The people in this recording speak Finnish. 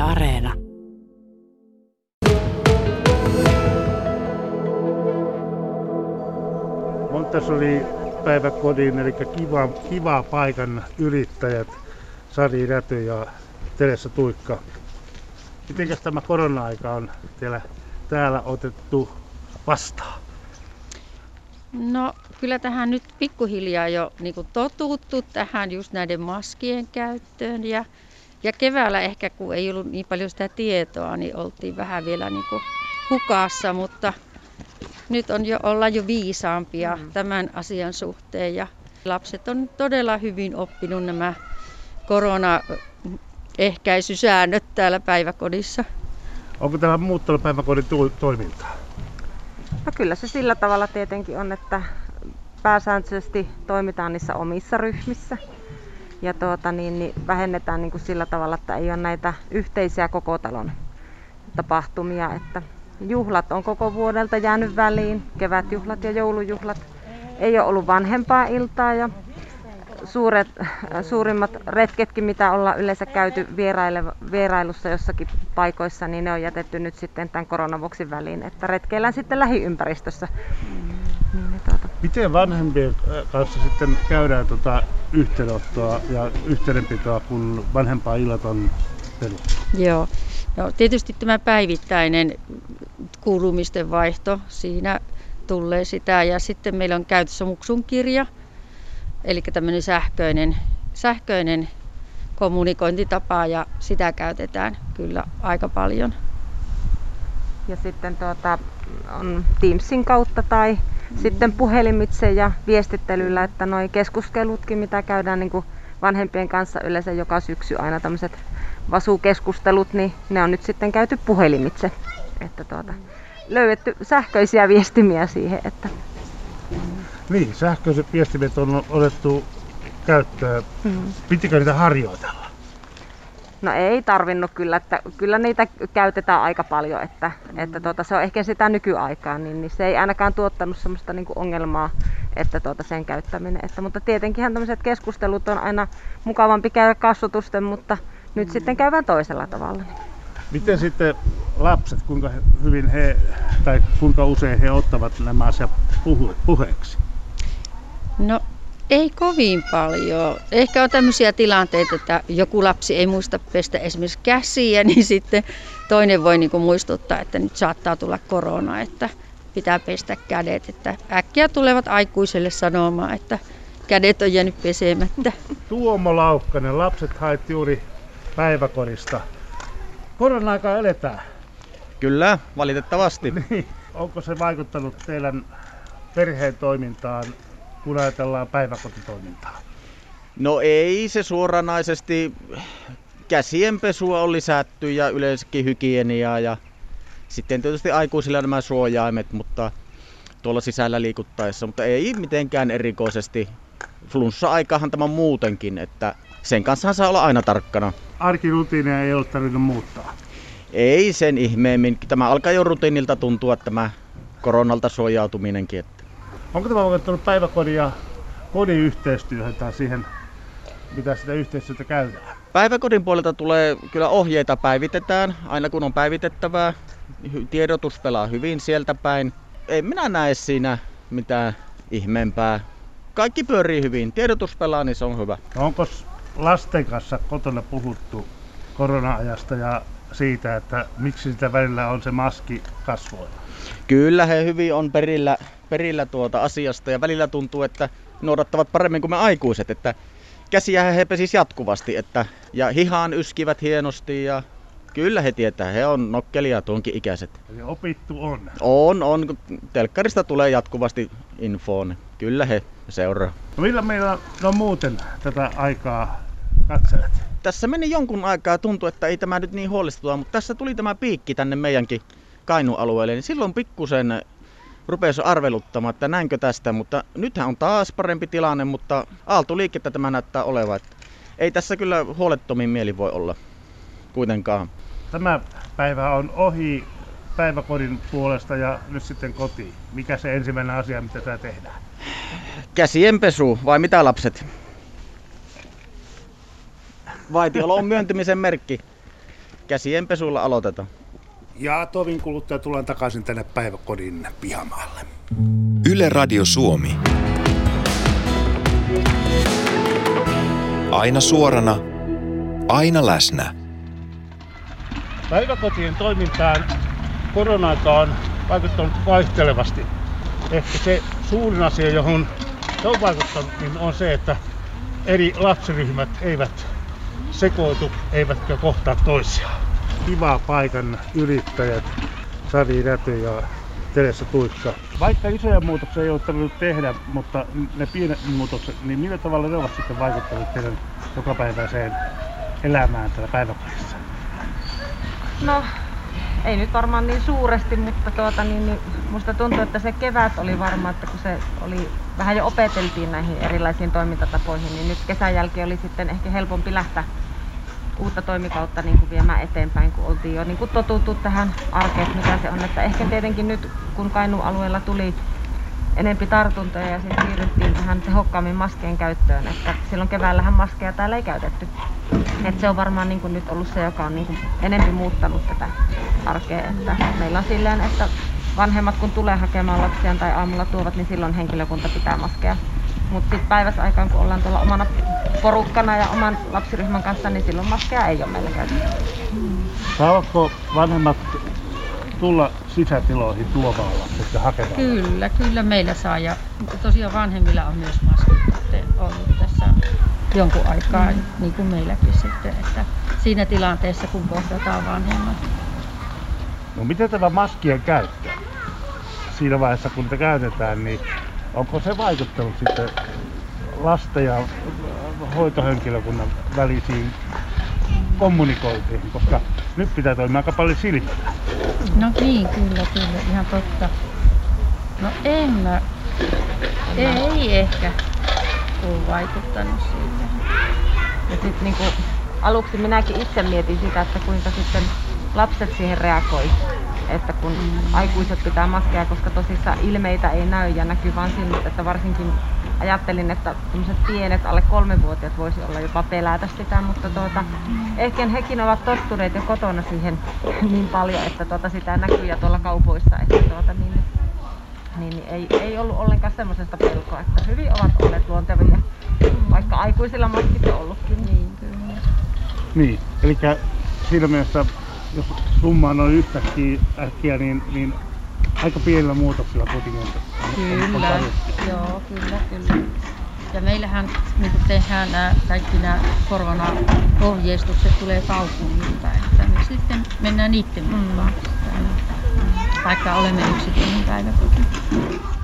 Areena. Montessori-päiväkodin eli kiva paikan yrittäjät Sari Räty ja Teressa Tuikka. Mitenkäs tämä korona-aika on täällä otettu vastaan? No kyllä tähän nyt pikkuhiljaa jo totuttu tähän just näiden maskien käyttöön ja keväällä ehkä kun ei ollut niin paljon sitä tietoa, niin oltiin vähän vielä hukassa, mutta nyt ollaan jo viisaampia tämän asian suhteen ja lapset on todella hyvin oppinut nämä koronaehkäisysäännöt täällä päiväkodissa. Onko tämä muuttanut päiväkodin toimintaa? No kyllä se sillä tavalla tietenkin on, että pääsääntöisesti toimitaan niissä omissa ryhmissä ja vähennetään sillä tavalla, että ei ole näitä yhteisiä koko talon tapahtumia, että juhlat on koko vuodelta jäänyt väliin, kevätjuhlat ja joulujuhlat. Ei ole ollut vanhempaa iltaa ja suurimmat retketkin, mitä ollaan yleensä käyty vierailussa jossakin paikoissa, niin ne on jätetty nyt sitten tämän koronan vuoksi väliin, että retkeillään sitten lähiympäristössä. Miten vanhempien kanssa sitten käydään yhteydenottoa ja yhteydenpitoa, kun vanhempaa illat on peruttu? Joo. No, tietysti tämä päivittäinen kuulumisten vaihto, siinä tulee sitä ja sitten meillä on käytössä Muksun kirja, eli tämmöinen sähköinen kommunikointitapa ja sitä käytetään kyllä aika paljon. Ja sitten on Teamsin kautta tai sitten puhelimitse ja viestittelyllä, että noi keskustelutkin, mitä käydään vanhempien kanssa yleensä joka syksy aina tämmöiset vasukeskustelut, niin ne on nyt sitten käyty puhelimitse. Että löydetty sähköisiä viestimiä siihen. Että. Niin, sähköiset viestimet on otettu käyttöön. Pitikö niitä harjoitella? No ei tarvinnut kyllä, että kyllä niitä käytetään aika paljon, että se on ehkä sitä nykyaikaa, niin se ei ainakaan tuottanut semmoista ongelmaa, että sen käyttäminen. Mutta tietenkinhän tämmöiset keskustelut on aina mukavampi käydä kasvotusten, mutta nyt sitten käydään toisella tavalla. Miten sitten lapset, kuinka usein he ottavat nämä asiat puheeksi? No ei kovin paljon. Ehkä on tämmöisiä tilanteita, että joku lapsi ei muista pestä esimerkiksi käsiä, niin sitten toinen voi muistuttaa, että nyt saattaa tulla korona, että pitää pestä kädet. Että äkkiä tulevat aikuiselle sanomaan, että kädet on jäänyt pesemättä. Tuomo Laukkanen, lapset hait juuri päiväkodista. Korona-aikaa eletään. Kyllä, valitettavasti. Niin. Onko se vaikuttanut teidän perheen toimintaan, kun ajatellaan päiväkotitoimintaa? No ei se suoranaisesti. Käsienpesua on lisätty ja yleensäkin hygieniaa ja sitten tietysti aikuisilla nämä suojaimet, mutta tuolla sisällä liikuttaessa, mutta ei mitenkään erikoisesti. Flunssa-aikahan tämä on muutenkin, että sen kanssa saa olla aina tarkkana. Arkirutiineja ei ole tarvinnut muuttaa? Ei sen ihmeemmin. Tämä alkaa jo rutiinilta tuntua tämä koronalta suojautuminenkin. Onko tämä vaikuttanut päiväkodin ja kodin yhteistyöhön tai siihen, mitä sitä yhteistyötä käydään? Päiväkodin puolelta tulee kyllä ohjeita päivitetään, aina kun on päivitettävää. Tiedotus pelaa hyvin sieltä päin. Ei minä näe siinä mitään ihmeempää. Kaikki pyörii hyvin. Tiedotus pelaa, niin se on hyvä. Onko lasten kanssa kotona puhuttu korona-ajasta ja siitä, että miksi sitä välillä on se maski kasvoilla? Kyllä he hyvin on perillä asiasta ja välillä tuntuu, että noudattavat paremmin kuin me aikuiset. Että käsiähän he pesis jatkuvasti ja hihaan yskivät hienosti ja kyllä he tietää, he on nokkelia tuonkin ikäiset. Eli opittu on? On. Telkkarista tulee jatkuvasti infoon. Kyllä he seuraa. No millä meillä on muuten tätä aikaa katselet? Tässä meni jonkun aikaa, tuntui, että ei tämä nyt niin huolestuta, mutta tässä tuli tämä piikki tänne meidänkin Kainuun alueelle, niin silloin pikkusen rupesi arveluttamaan, että näinkö tästä, mutta nythän on taas parempi tilanne, mutta aaltoliikettä tämä näyttää olevan. Ei tässä kyllä huolettomin mieli voi olla kuitenkaan. Tämä päivä on ohi päiväkodin puolesta ja nyt sitten kotiin. Mikä se ensimmäinen asia, mitä tää tehdään? Käsienpesu vai mitä lapset? Vaitiolo on myöntymisen merkki. käsienpesulla aloitetaan. Ja tovin kuluttua tullaan takaisin tänne päiväkodin pihamaalle. Yle Radio Suomi. Aina suorana, aina läsnä. Päiväkotien toimintaan korona-aika on vaikuttanut vaihtelevasti. Ehkä se suurin asia, johon se on vaikuttanut, niin on se, että eri lapsiryhmät eivät sekoitu, eivätkä kohtaa toisiaan. Kiva paikan yrittäjät, Sari Räty ja Teressa Tuikka. Vaikka isoja muutoksia ei ole tarvinnut tehdä, mutta ne pienet muutokset, niin millä tavalla ne ovat sitten vaikuttaneet teidän jokapäiväiseen elämään täällä päiväkodissa? No, ei nyt varmaan niin suuresti, mutta musta tuntuu, että se kevät oli varmaan, että kun se oli vähän jo opeteltiin näihin erilaisiin toimintatapoihin, niin nyt kesän jälkeen oli sitten ehkä helpompi lähteä uutta toimikautta niin kuin viemään eteenpäin, kun oltiin jo niin kuin totuttu tähän arkeen, mitä se on. Että ehkä tietenkin nyt, kun Kainuun alueella tuli enempi tartuntoja ja sitten siirryttiin tähän tehokkaammin maskien käyttöön, että silloin keväällähän maskeja täällä ei käytetty. Et se on varmaan niin kuin nyt ollut se, joka on niin kuin enempi muuttanut tätä arkea. Että meillä on silleen, että vanhemmat kun tulee hakemaan lapsiaan tai aamulla tuovat, niin silloin henkilökunta pitää maskeja. Mutta sitten päiväsaikaan, kun ollaan tuolla omana porukkana ja oman lapsiryhmän kanssa, niin silloin maskeja ei ole meillä käytetty. Saavatko vanhemmat tulla sisätiloihin tuomaan lapset ja hakemaan? Kyllä meillä saa. Ja tosiaan vanhemmilla on myös maskit ollut tässä jonkun aikaa, niin kuin meilläkin sitten. Että siinä tilanteessa, kun kohdataan vanhemmat. No miten tämä maskien käyttö? Siinä vaiheessa, kun niitä käytetään, niin onko se vaikuttanut sitten lasten ja hoitohenkilökunnan välisiin kommunikointiin, koska nyt pitää toimia aika paljon silmillä. No niin, kyllä, ihan totta. No ei ehkä ole vaikuttanut siihen. Ja sitten niin aluksi minäkin itse mietin sitä, että kuinka sitten lapset siihen reagoi. Että kun aikuiset pitää maskeja, koska tosissaan ilmeitä ei näy ja näkyy vaan silmät, että varsinkin ajattelin, että tämmöiset pienet alle 3-vuotiaat voisi olla jopa pelätä sitä, mutta ehkä hekin ovat tottuneet jo kotona siihen niin paljon, että sitä näkyy ja tuolla kaupoissa, että niin ei ollut ollenkaan semmoisesta pelkoa, että hyvin ovat olleet luontevia, vaikka aikuisilla maskit on ollutkin. Niin, kyllä. Niin, eli siinä mielessä, jos summaan on äkkiä, niin aika pienillä muutoksilla kuitenkin. Kyllä, joo, kyllä. Ja meillähän niin tehdään kaikki nämä korona-ohjeistukset tulee kaupungilta, että me sitten mennään niiden mukaan. Vaikka olemme yksityinen päiväkoti.